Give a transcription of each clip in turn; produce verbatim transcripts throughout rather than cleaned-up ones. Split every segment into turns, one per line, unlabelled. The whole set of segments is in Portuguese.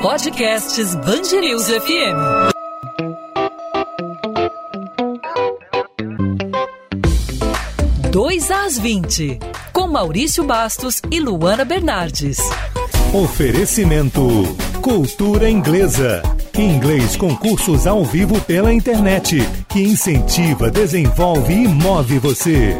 Podcasts Bangerils F M. dois às vinte, com Maurício Bastos e Luana Bernardes.
Oferecimento Cultura Inglesa. Inglês com cursos ao vivo pela internet, que incentiva, desenvolve e move você.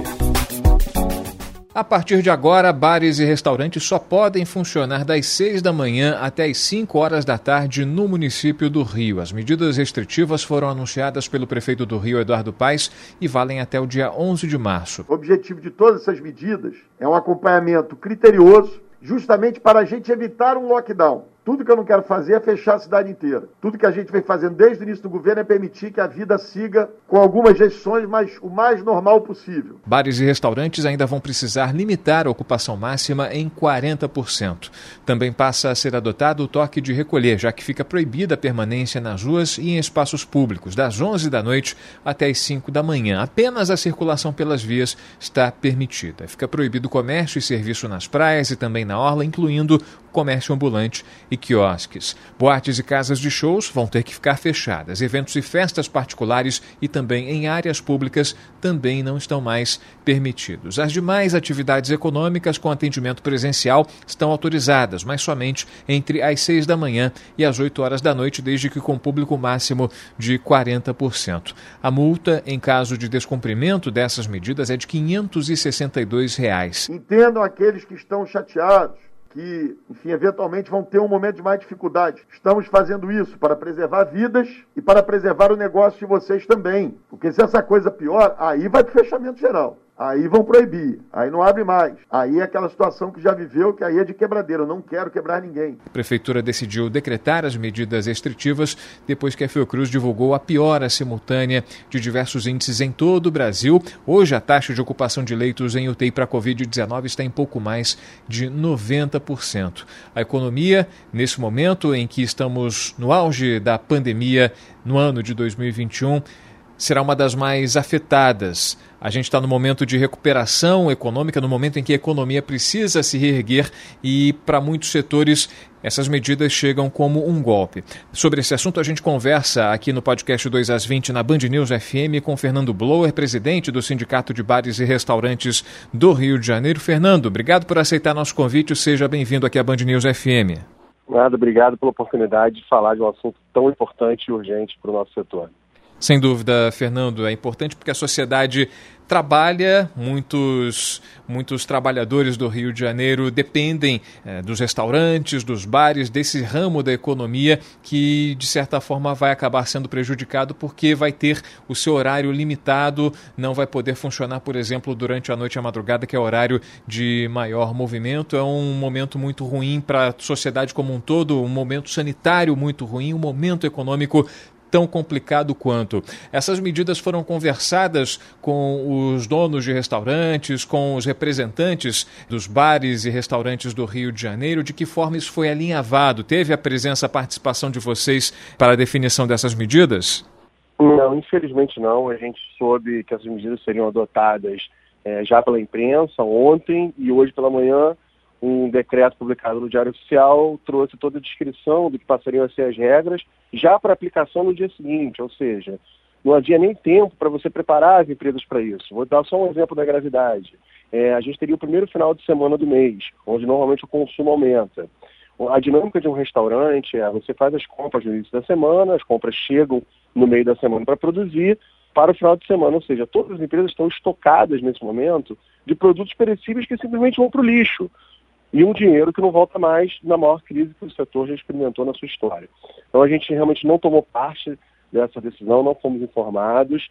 A partir de agora, bares e restaurantes só podem funcionar das seis da manhã até as cinco horas da tarde no município do Rio. As medidas restritivas foram anunciadas pelo prefeito do Rio, Eduardo Paes, e valem até o dia onze de março.
O objetivo de todas essas medidas é um acompanhamento criterioso, justamente para a gente evitar um lockdown. Tudo que eu não quero fazer é fechar a cidade inteira. Tudo que a gente vem fazendo desde o início do governo é permitir que a vida siga com algumas restrições, mas o mais normal possível.
Bares e restaurantes ainda vão precisar limitar a ocupação máxima em quarenta por cento. Também passa a ser adotado o toque de recolher, já que fica proibida a permanência nas ruas e em espaços públicos, das onze da noite até as cinco da manhã. Apenas a circulação pelas vias está permitida. Fica proibido o comércio e serviço nas praias e também na orla, incluindo comércio ambulante e quiosques. Boates e casas de shows vão ter que ficar fechadas. Eventos e festas particulares e também em áreas públicas também não estão mais permitidos. As demais atividades econômicas com atendimento presencial estão autorizadas, mas somente entre as seis da manhã e as oito horas da noite, desde que com público máximo de quarenta por cento. A multa, em caso de descumprimento dessas medidas, é de quinhentos e sessenta e dois reais.
Entendam aqueles que estão chateados, que, enfim, eventualmente vão ter um momento de mais dificuldade. Estamos fazendo isso para preservar vidas e para preservar o negócio de vocês também. Porque se essa coisa pior, aí vai para o fechamento geral. Aí vão proibir, aí não abre mais. Aí é aquela situação que já viveu, que aí é de quebradeira. Eu não quero quebrar ninguém.
A Prefeitura decidiu decretar as medidas restritivas depois que a Fiocruz divulgou a piora simultânea de diversos índices em todo o Brasil. Hoje, a taxa de ocupação de leitos em U T I para a covid dezenove está em pouco mais de noventa por cento. A economia, nesse momento em que estamos no auge da pandemia, no ano de dois mil e vinte e um, será uma das mais afetadas. A gente está no momento de recuperação econômica, no momento em que a economia precisa se reerguer e, para muitos setores, essas medidas chegam como um golpe. Sobre esse assunto, a gente conversa aqui no podcast dois às vinte na Band News F M com Fernando Blower, presidente do Sindicato de Bares e Restaurantes do Rio de Janeiro. Fernando, obrigado por aceitar nosso convite. Seja bem-vindo aqui à Band News F M.
Nada, obrigado pela oportunidade de falar de um assunto tão importante e urgente para o nosso setor.
Sem dúvida, Fernando, é importante porque a sociedade trabalha, muitos, muitos trabalhadores do Rio de Janeiro dependem é, dos restaurantes, dos bares, desse ramo da economia que, de certa forma, vai acabar sendo prejudicado porque vai ter o seu horário limitado, não vai poder funcionar, por exemplo, durante a noite e a madrugada, que é o horário de maior movimento. É um momento muito ruim para a sociedade como um todo, um momento sanitário muito ruim, um momento econômico tão complicado quanto. Essas medidas foram conversadas com os donos de restaurantes, com os representantes dos bares e restaurantes do Rio de Janeiro. De que forma isso foi alinhavado? Teve a presença, a participação de vocês para a definição dessas medidas?
Não, infelizmente não. A gente soube que essas medidas seriam adotadas é, já pela imprensa ontem e hoje pela manhã. Um decreto publicado no Diário Oficial trouxe toda a descrição do que passariam a ser as regras já para aplicação no dia seguinte, ou seja, não havia nem tempo para você preparar as empresas para isso. Vou dar só um exemplo da gravidade. É, a gente teria o primeiro final de semana do mês, onde normalmente o consumo aumenta. A dinâmica de um restaurante é você faz as compras no início da semana, as compras chegam no meio da semana para produzir, para o final de semana, ou seja, todas as empresas estão estocadas nesse momento de produtos perecíveis que simplesmente vão para o lixo. E um dinheiro que não volta mais na maior crise que o setor já experimentou na sua história. Então a gente realmente não tomou parte dessa decisão, não fomos informados,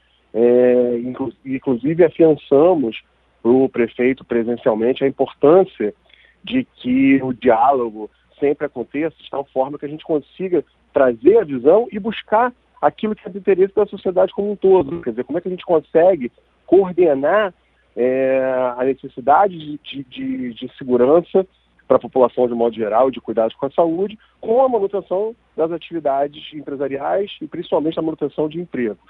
é, inclu- inclusive afiançamos para o prefeito presencialmente a importância de que o diálogo sempre aconteça de tal forma que a gente consiga trazer a visão e buscar aquilo que é de interesse da sociedade como um todo. Quer dizer, como é que a gente consegue coordenar É, a necessidade de, de, de segurança para a população de modo geral, de cuidados com a saúde, com a manutenção das atividades empresariais e principalmente a manutenção de empregos.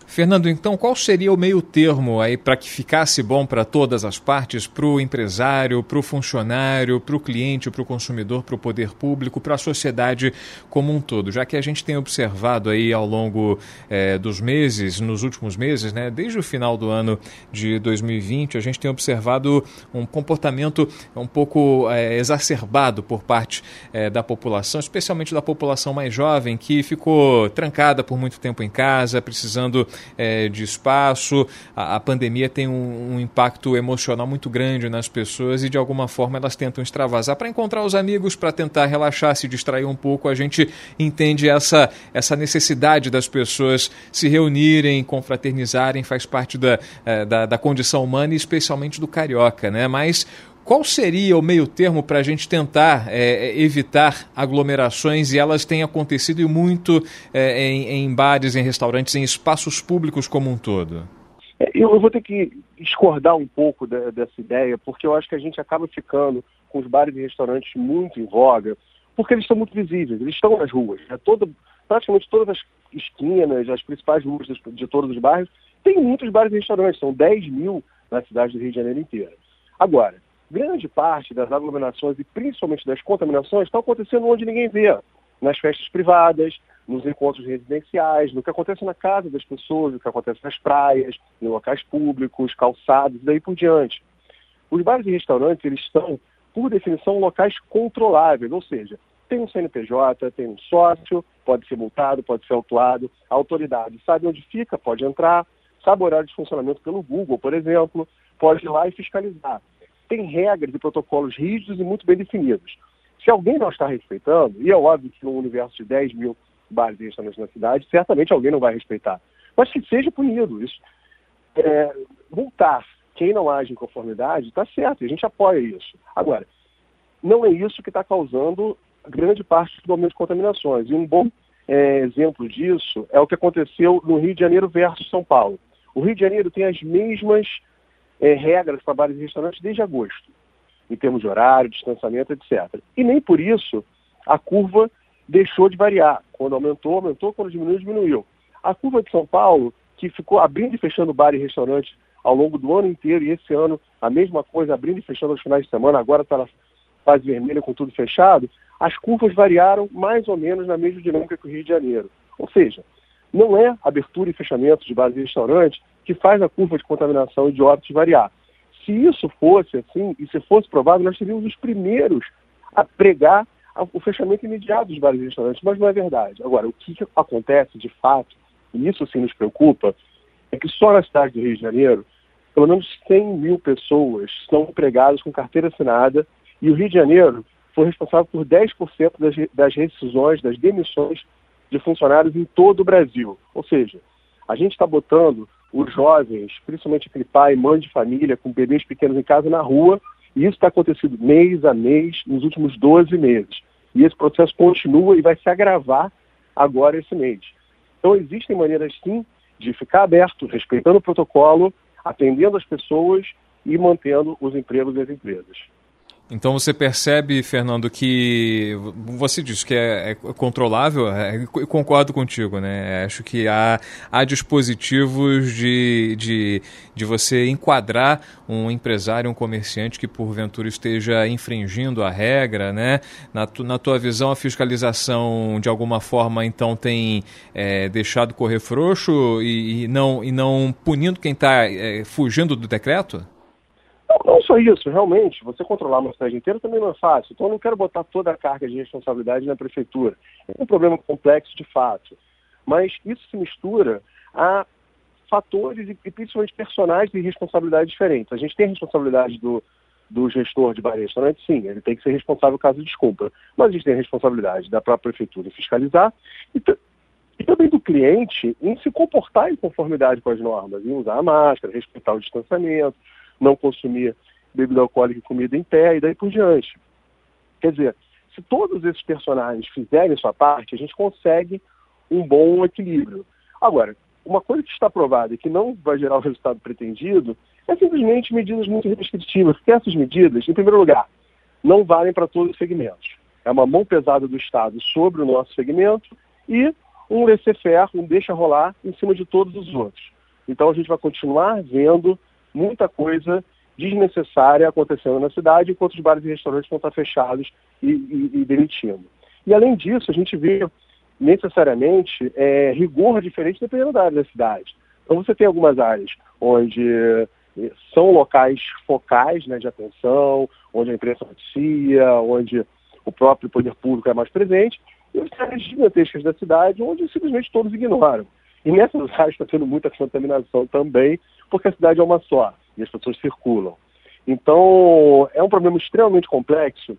Fernando, então qual seria o meio termo aí para que ficasse bom para todas as partes, para o empresário, para o funcionário, para o cliente, para o consumidor, para o poder público, para a sociedade como um todo? Já que a gente tem observado aí ao longo eh, dos meses, nos últimos meses, né, desde o final do ano de dois mil e vinte, a gente tem observado um comportamento um pouco eh, exacerbado por parte eh, da população, especialmente da população mais jovem, que ficou trancada por muito tempo em casa, precisando É, de espaço. A, a pandemia tem um, um impacto emocional muito grande nas pessoas e de alguma forma elas tentam extravasar para encontrar os amigos, para tentar relaxar, se distrair um pouco. A gente entende essa, essa necessidade das pessoas se reunirem, confraternizarem, faz parte da, da, da condição humana e especialmente do carioca, né? Mas qual seria o meio termo para a gente tentar é, evitar aglomerações, e elas têm acontecido e muito é, em, em bares, em restaurantes, em espaços públicos como um todo?
Eu vou ter que discordar um pouco de, dessa ideia, porque eu acho que a gente acaba ficando com os bares e restaurantes muito em voga, porque eles estão muito visíveis, eles estão nas ruas. Né? Todo, praticamente todas as esquinas, as principais ruas de, de todos os bairros, tem muitos bares e restaurantes, são dez mil na cidade do Rio de Janeiro inteira. Agora, grande parte das aglomerações e principalmente das contaminações estão acontecendo onde ninguém vê, nas festas privadas, nos encontros residenciais, no que acontece na casa das pessoas, no que acontece nas praias, em locais públicos, calçados e daí por diante. Os bares e restaurantes, eles são, por definição, locais controláveis, ou seja, tem um C N P J, tem um sócio, pode ser multado, pode ser autuado, a autoridade sabe onde fica, pode entrar, sabe o horário de funcionamento pelo Google, por exemplo, pode ir lá e fiscalizar. Tem regras e protocolos rígidos e muito bem definidos. Se alguém não está respeitando, e é óbvio que no universo de dez mil bares e restaurantes na cidade, certamente alguém não vai respeitar, mas que seja punido. Isso, é, multar quem não age em conformidade está certo, e a gente apoia isso. Agora, não é isso que está causando grande parte do aumento de contaminações. E um bom é, exemplo disso é o que aconteceu no Rio de Janeiro versus São Paulo. O Rio de Janeiro tem as mesmas É, regras para bares e restaurantes desde agosto, em termos de horário, distanciamento, etcétera. E nem por isso a curva deixou de variar. Quando aumentou, aumentou, quando diminuiu, diminuiu. A curva de São Paulo, que ficou abrindo e fechando bar e restaurante ao longo do ano inteiro, e esse ano a mesma coisa, abrindo e fechando aos finais de semana, agora está na fase vermelha com tudo fechado, as curvas variaram mais ou menos na mesma dinâmica que o Rio de Janeiro. Ou seja, não é abertura e fechamento de bares e restaurantes que faz a curva de contaminação e de óbitos variar. Se isso fosse assim, e se fosse provado, nós seríamos os primeiros a pregar o fechamento imediato dos bares e restaurantes, mas não é verdade. Agora, o que acontece de fato, e isso sim nos preocupa, é que só na cidade do Rio de Janeiro, pelo menos cem mil pessoas são empregadas com carteira assinada, e o Rio de Janeiro foi responsável por dez por cento das, das rescisões, das demissões de funcionários em todo o Brasil. Ou seja, a gente está botando os jovens, principalmente aquele pai, mãe de família, com bebês pequenos em casa, na rua, e isso está acontecendo mês a mês nos últimos doze meses. E esse processo continua e vai se agravar agora esse mês. Então existem maneiras sim de ficar aberto, respeitando o protocolo, atendendo as pessoas e mantendo os empregos e as empresas.
Então você percebe, Fernando, que você disse que é, é controlável, é, eu concordo contigo, né? Acho que há, há dispositivos de, de, de você enquadrar um empresário, um comerciante que porventura esteja infringindo a regra, né? Na, tu, na tua visão, a fiscalização de alguma forma então tem é, deixado correr frouxo e, e, não, e não punindo quem está é, fugindo do decreto?
Não só isso, realmente, você controlar uma cidade inteira também não é fácil. Então eu não quero botar toda a carga de responsabilidade na prefeitura. É um problema complexo de fato. Mas isso se mistura a fatores e principalmente personagens de responsabilidade diferentes. A gente tem a responsabilidade do, do gestor de bar e restaurante, sim, ele tem que ser responsável caso descumpra. Mas a gente tem a responsabilidade da própria prefeitura em fiscalizar e, e também do cliente em se comportar em conformidade com as normas, em usar a máscara, respeitar o distanciamento, não consumir bebida alcoólica e comida em pé, e daí por diante. Quer dizer, se todos esses personagens fizerem sua parte, a gente consegue um bom equilíbrio. Agora, uma coisa que está provada e que não vai gerar o resultado pretendido é simplesmente medidas muito restritivas, porque essas medidas, em primeiro lugar, não valem para todos os segmentos. É uma mão pesada do Estado sobre o nosso segmento e um laissez-faire, um deixa rolar em cima de todos os outros. Então a gente vai continuar vendo muita coisa desnecessária acontecendo na cidade, enquanto os bares e restaurantes vão estar fechados e, e, e demitindo. E além disso, a gente vê necessariamente é, rigor diferente dependendo da área da cidade. Então você tem algumas áreas onde são locais focais, né, de atenção, onde a imprensa noticia, onde o próprio poder público é mais presente, e as áreas gigantescas da cidade onde simplesmente todos ignoram. E nessas áreas está tendo muita contaminação também, porque a cidade é uma só e as pessoas circulam. Então é um problema extremamente complexo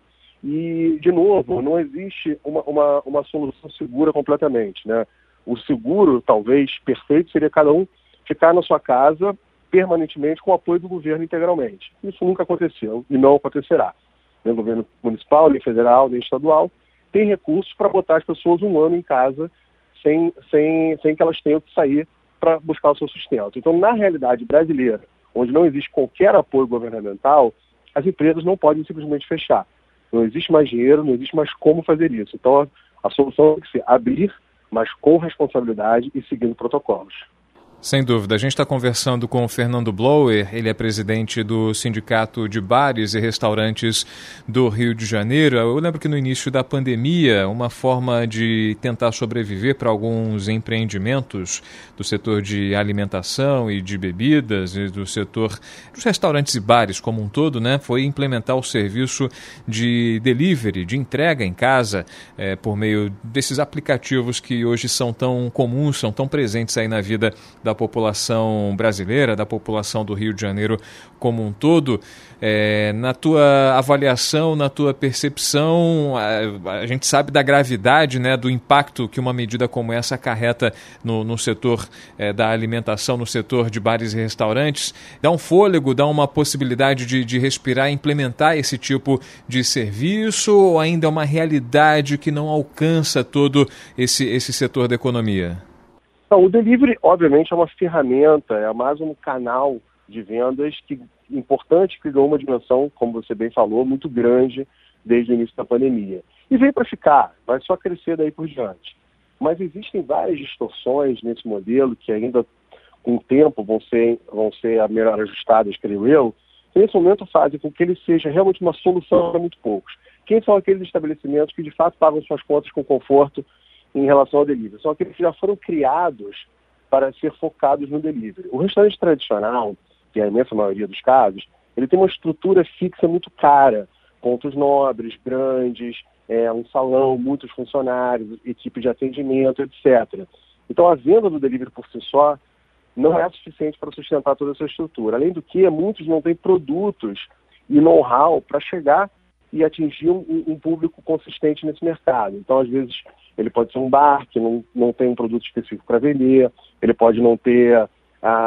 e, de novo, não existe uma, uma, uma solução segura completamente, né? O seguro, talvez, perfeito, seria cada um ficar na sua casa permanentemente com o apoio do governo integralmente. Isso nunca aconteceu e não acontecerá. Nem o governo municipal, nem federal, nem estadual tem recursos para botar as pessoas um ano em casa sem, sem, sem que elas tenham que sair para buscar o seu sustento. Então, na realidade brasileira, onde não existe qualquer apoio governamental, as empresas não podem simplesmente fechar. Não existe mais dinheiro, não existe mais como fazer isso. Então, a, a solução tem que ser abrir, mas com responsabilidade e seguindo protocolos.
Sem dúvida. A gente está conversando com o Fernando Blower, ele é presidente do Sindicato de Bares e Restaurantes do Rio de Janeiro. Eu lembro que no início da pandemia, uma forma de tentar sobreviver para alguns empreendimentos do setor de alimentação e de bebidas, e do setor dos restaurantes e bares como um todo, né, foi implementar o serviço de delivery, de entrega em casa, é, por meio desses aplicativos que hoje são tão comuns, são tão presentes aí na vida da população brasileira, da população do Rio de Janeiro como um todo. É, na tua avaliação, na tua percepção, a, a gente sabe da gravidade, né, do impacto que uma medida como essa acarreta no, no setor é, da alimentação, no setor de bares e restaurantes. Dá um fôlego, dá uma possibilidade de, de respirar, implementar esse tipo de serviço, ou ainda é uma realidade que não alcança todo esse, esse setor da economia?
Não, o delivery, obviamente, é uma ferramenta, é mais um canal de vendas que, importante, que ganhou uma dimensão, como você bem falou, muito grande desde o início da pandemia. E veio para ficar, vai só crescer daí por diante. Mas existem várias distorções nesse modelo que ainda, com o tempo, vão ser, vão ser melhor ajustadas, creio eu, que nesse momento fazem com que ele seja realmente uma solução para muito poucos. Quem são aqueles estabelecimentos que, de fato, pagam suas contas com conforto em relação ao delivery? São aqueles que já foram criados para ser focados no delivery. O restaurante tradicional, que é a imensa maioria dos casos, ele tem uma estrutura fixa muito cara, pontos nobres, grandes, é, um salão, muitos funcionários, equipe de atendimento, etcétera. Então a venda do delivery por si só não é suficiente para sustentar toda essa estrutura. Além do que, muitos não têm produtos e know-how para chegar e atingir um, um público consistente nesse mercado. Então, às vezes, ele pode ser um bar que não, não tem um produto específico para vender, ele pode não ter a,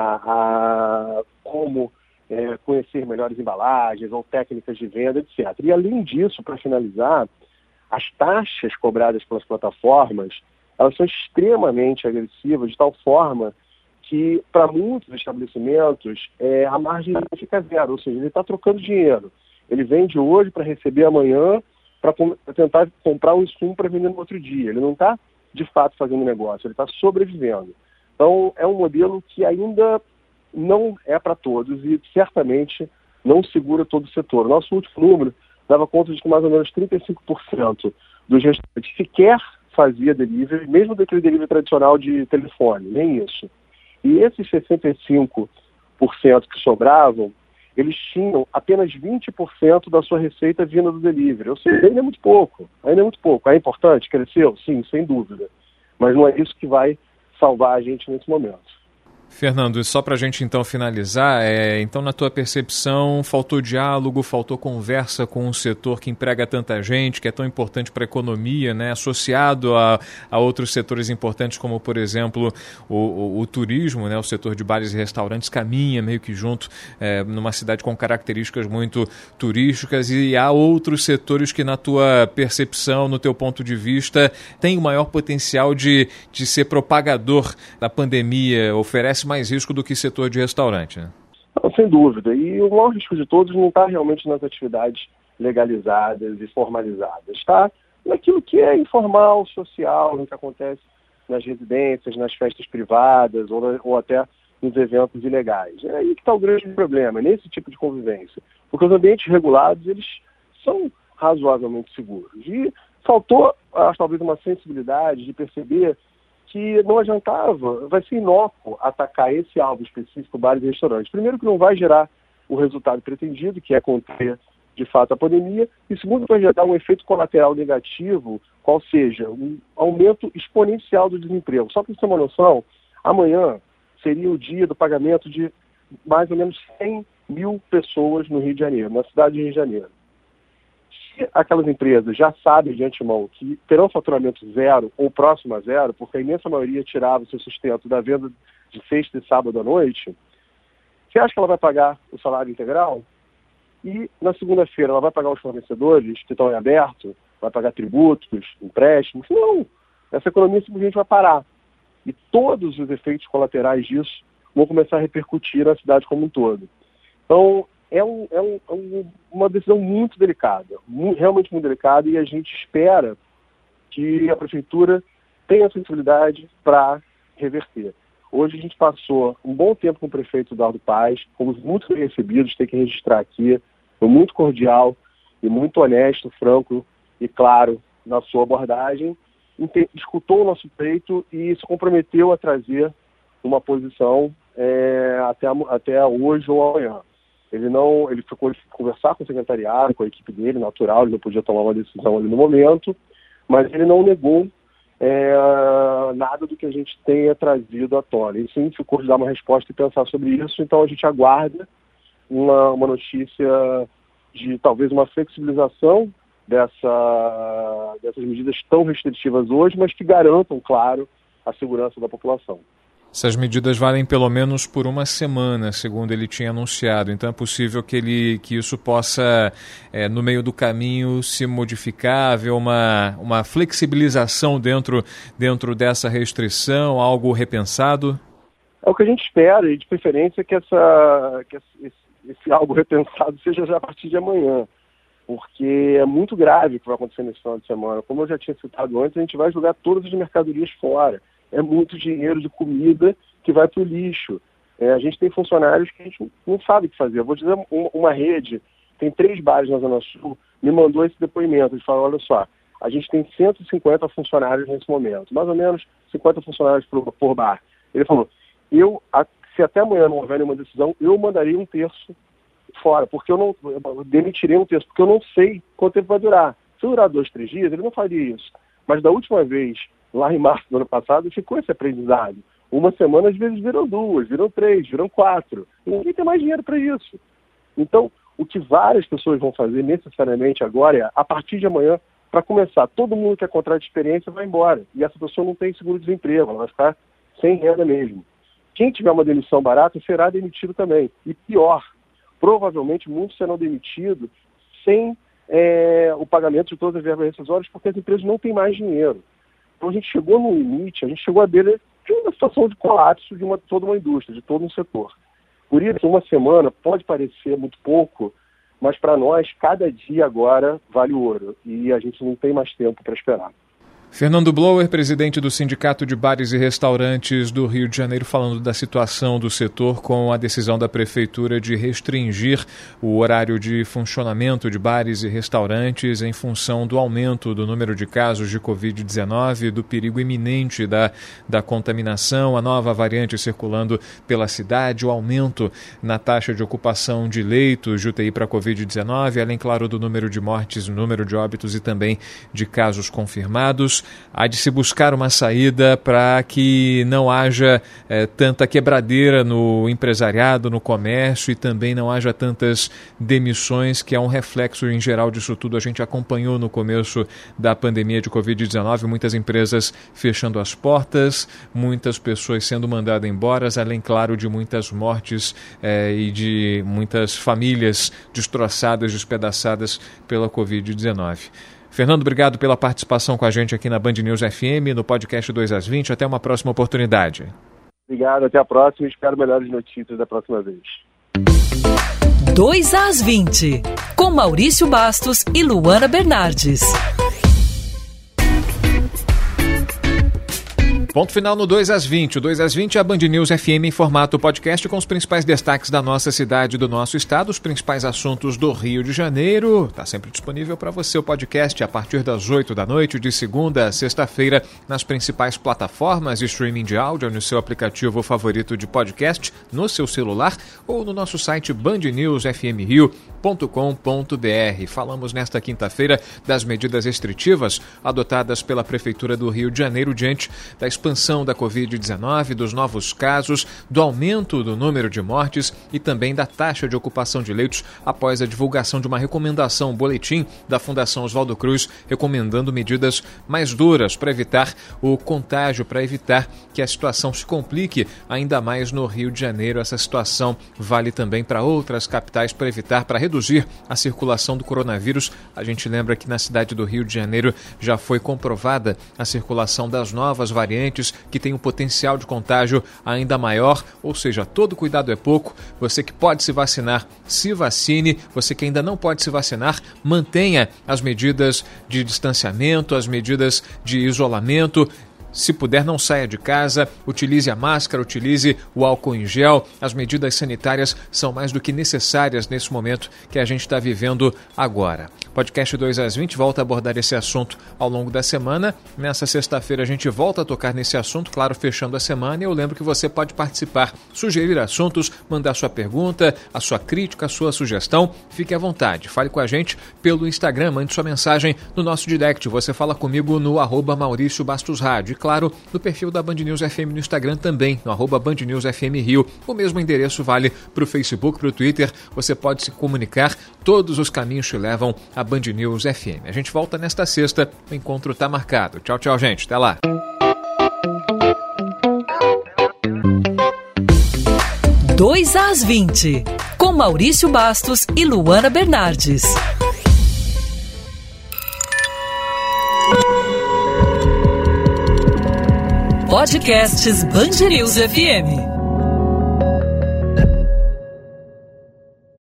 a, como é, conhecer melhores embalagens ou técnicas de venda, etcétera. E, além disso, para finalizar, as taxas cobradas pelas plataformas, elas são extremamente agressivas, de tal forma que, para muitos estabelecimentos, é, a margem fica zero, ou seja, ele está trocando dinheiro. Ele vende hoje para receber amanhã, para tentar comprar um insumo para vender no outro dia. Ele não está, de fato, fazendo negócio, ele está sobrevivendo. Então, é um modelo que ainda não é para todos e, certamente, não segura todo o setor. O nosso último número dava conta de que mais ou menos trinta e cinco por cento dos restaurantes sequer fazia delivery, mesmo daquele delivery tradicional de telefone, nem isso. E esses sessenta e cinco por cento que sobravam, eles tinham apenas vinte por cento da sua receita vinda do delivery. Ou seja, ainda é muito pouco. Ainda é muito pouco. É importante? Cresceu? Sim, sem dúvida. Mas não é isso que vai salvar a gente nesse momento.
Fernando, só para a gente então finalizar, é, então na tua percepção faltou diálogo, faltou conversa com um setor que emprega tanta gente, que é tão importante para a economia, né, associado a, a outros setores importantes como, por exemplo, o, o, o turismo, né, o setor de bares e restaurantes caminha meio que junto é, numa cidade com características muito turísticas, e há outros setores que na tua percepção, no teu ponto de vista, tem o maior potencial de, de ser propagador da pandemia, oferece mais risco do que setor de restaurante, né?
Não, sem dúvida. E o maior risco de todos não está realmente nas atividades legalizadas e formalizadas. Está naquilo que é informal, social, no que acontece nas residências, nas festas privadas ou, ou até nos eventos ilegais. É aí que está o grande problema, nesse tipo de convivência. Porque os ambientes regulados, eles são razoavelmente seguros. E faltou, acho, talvez, uma sensibilidade de perceber que não adiantava, vai ser inócuo atacar esse alvo específico, bares e restaurantes. Primeiro, que não vai gerar o resultado pretendido, que é conter, de fato, a pandemia, e segundo, vai gerar um efeito colateral negativo, qual seja, um aumento exponencial do desemprego. Só para você ter uma noção, amanhã seria o dia do pagamento de mais ou menos cem mil pessoas no Rio de Janeiro, na cidade de Rio de Janeiro. Se aquelas empresas já sabem de antemão que terão faturamento zero ou próximo a zero, porque a imensa maioria tirava o seu sustento da venda de sexta e sábado à noite, você acha que ela vai pagar o salário integral? E na segunda-feira ela vai pagar os fornecedores que estão em aberto, vai pagar tributos, empréstimos? Não! Essa economia simplesmente vai parar. E todos os efeitos colaterais disso vão começar a repercutir na cidade como um todo. Então, é, um, é, um, é um, uma decisão muito delicada, muito, realmente muito delicada, e a gente espera que a Prefeitura tenha sensibilidade para reverter. Hoje a gente passou um bom tempo com o prefeito Eduardo Paes, fomos muito bem recebidos, tem que registrar aqui, foi muito cordial e muito honesto, franco e claro na sua abordagem, escutou o nosso pleito e se comprometeu a trazer uma posição é, até, até hoje ou amanhã. Ele não, ele ficou de conversar com o secretariado, com a equipe dele, natural, ele não podia tomar uma decisão ali no momento, mas ele não negou é, nada do que a gente tenha trazido à tona. Ele sim ficou de dar uma resposta e pensar sobre isso, então a gente aguarda uma, uma notícia de talvez uma flexibilização dessa, dessas medidas tão restritivas hoje, mas que garantam, claro, a segurança da população.
Essas medidas valem pelo menos por uma semana, segundo ele tinha anunciado. Então é possível que, ele, que isso possa, é, no meio do caminho, se modificar, haver uma, uma flexibilização dentro, dentro dessa restrição, algo repensado?
É o que a gente espera, e de preferência que, essa, que esse, esse algo repensado seja já a partir de amanhã. Porque é muito grave o que vai acontecer nesse final de semana. Como eu já tinha citado antes, a gente vai jogar todas as mercadorias fora. É muito dinheiro de comida que vai para o lixo. É, a gente tem funcionários que a gente não sabe o que fazer. Eu vou dizer, uma, uma rede, tem três bares na Zona Sul, me mandou esse depoimento. Eles falaram, olha só, a gente tem cento e cinquenta funcionários nesse momento, mais ou menos cinquenta funcionários por, por bar. Ele falou, eu, se até amanhã não houver nenhuma decisão, eu mandaria um terço fora, porque eu não eu demitirei um terço, porque eu não sei quanto tempo vai durar. Se durar dois, três dias, ele não faria isso. Mas da última vez, lá em março do ano passado, ficou esse aprendizado. Uma semana, às vezes, viram duas, viram três, viram quatro. E ninguém tem mais dinheiro para isso. Então, o que várias pessoas vão fazer necessariamente agora é, a partir de amanhã, para começar, todo mundo que é contrato de experiência vai embora. E essa pessoa não tem seguro-desemprego, ela vai ficar sem renda mesmo. Quem tiver uma demissão barata será demitido também. E pior, provavelmente muitos serão demitidos sem é, o pagamento de todas as verbas rescisórias, porque as empresas não têm mais dinheiro. Então a gente chegou no limite, a gente chegou à beira de uma situação de colapso de uma, toda uma indústria, de todo um setor. Por isso, uma semana pode parecer muito pouco, mas para nós, cada dia agora vale ouro. E a gente não tem mais tempo para esperar.
Fernando Blower, presidente do Sindicato de Bares e Restaurantes do Rio de Janeiro, falando da situação do setor com a decisão da Prefeitura de restringir o horário de funcionamento de bares e restaurantes em função do aumento do número de casos de covid dezenove, do perigo iminente da, da contaminação, a nova variante circulando pela cidade, o aumento na taxa de ocupação de leitos de U T I para covid dezenove, além, claro, do número de mortes, número de óbitos e também de casos confirmados. Há de se buscar uma saída para que não haja é, tanta quebradeira no empresariado, no comércio e também não haja tantas demissões, que é um reflexo em geral disso tudo. A gente acompanhou no começo da pandemia de covid dezenove muitas empresas fechando as portas, muitas pessoas sendo mandadas embora, além, claro, de muitas mortes é, e de muitas famílias destroçadas, despedaçadas pela covid dezenove. Fernando, obrigado pela participação com a gente aqui na Band News F M, no podcast dois às vinte. Até uma próxima oportunidade.
Obrigado, até a próxima e espero melhores notícias da próxima vez.
dois às vinte, com Maurício Bastos e Luana Bernardes.
Ponto final no dois às vinte. O dois às vinte é a Band News F M em formato podcast com os principais destaques da nossa cidade e do nosso estado, os principais assuntos do Rio de Janeiro. Está sempre disponível para você o podcast a partir das oito da noite, de segunda a sexta-feira, nas principais plataformas de streaming de áudio, no seu aplicativo favorito de podcast, no seu celular ou no nosso site band news f m rio ponto com ponto b r. Falamos nesta quinta-feira das medidas restritivas adotadas pela Prefeitura do Rio de Janeiro diante da expansão da covid dezenove, dos novos casos, do aumento do número de mortes e também da taxa de ocupação de leitos após a divulgação de uma recomendação, um boletim da Fundação Oswaldo Cruz, recomendando medidas mais duras para evitar o contágio, para evitar que a situação se complique ainda mais no Rio de Janeiro. Essa situação vale também para outras capitais para evitar, para reduzir a circulação do coronavírus. A gente lembra que na cidade do Rio de Janeiro já foi comprovada a circulação das novas variantes que tem um potencial de contágio ainda maior, ou seja, todo cuidado é pouco. Você que pode se vacinar, se vacine. Você que ainda não pode se vacinar, mantenha as medidas de distanciamento, as medidas de isolamento. Se puder, não saia de casa, utilize a máscara, utilize o álcool em gel. As medidas sanitárias são mais do que necessárias nesse momento que a gente está vivendo agora. Podcast dois às vinte volta a abordar esse assunto ao longo da semana. Nessa sexta-feira a gente volta a tocar nesse assunto, claro, fechando a semana. E eu lembro que você pode participar, sugerir assuntos, mandar sua pergunta, a sua crítica, a sua sugestão. Fique à vontade, fale com a gente pelo Instagram, mande sua mensagem no nosso direct. Você fala comigo no arroba Maurício Bastos Rádio. E claro, no perfil da Band News F M no Instagram também, no arroba Band News F M Rio. O mesmo endereço vale para o Facebook, para o Twitter. Você pode se comunicar, todos os caminhos te levam a Band News F M. A gente volta nesta sexta, o encontro está marcado. Tchau, tchau, gente. Até lá.
dois às vinte, com Maurício Bastos e Luana Bernardes. Podcasts Band News F M.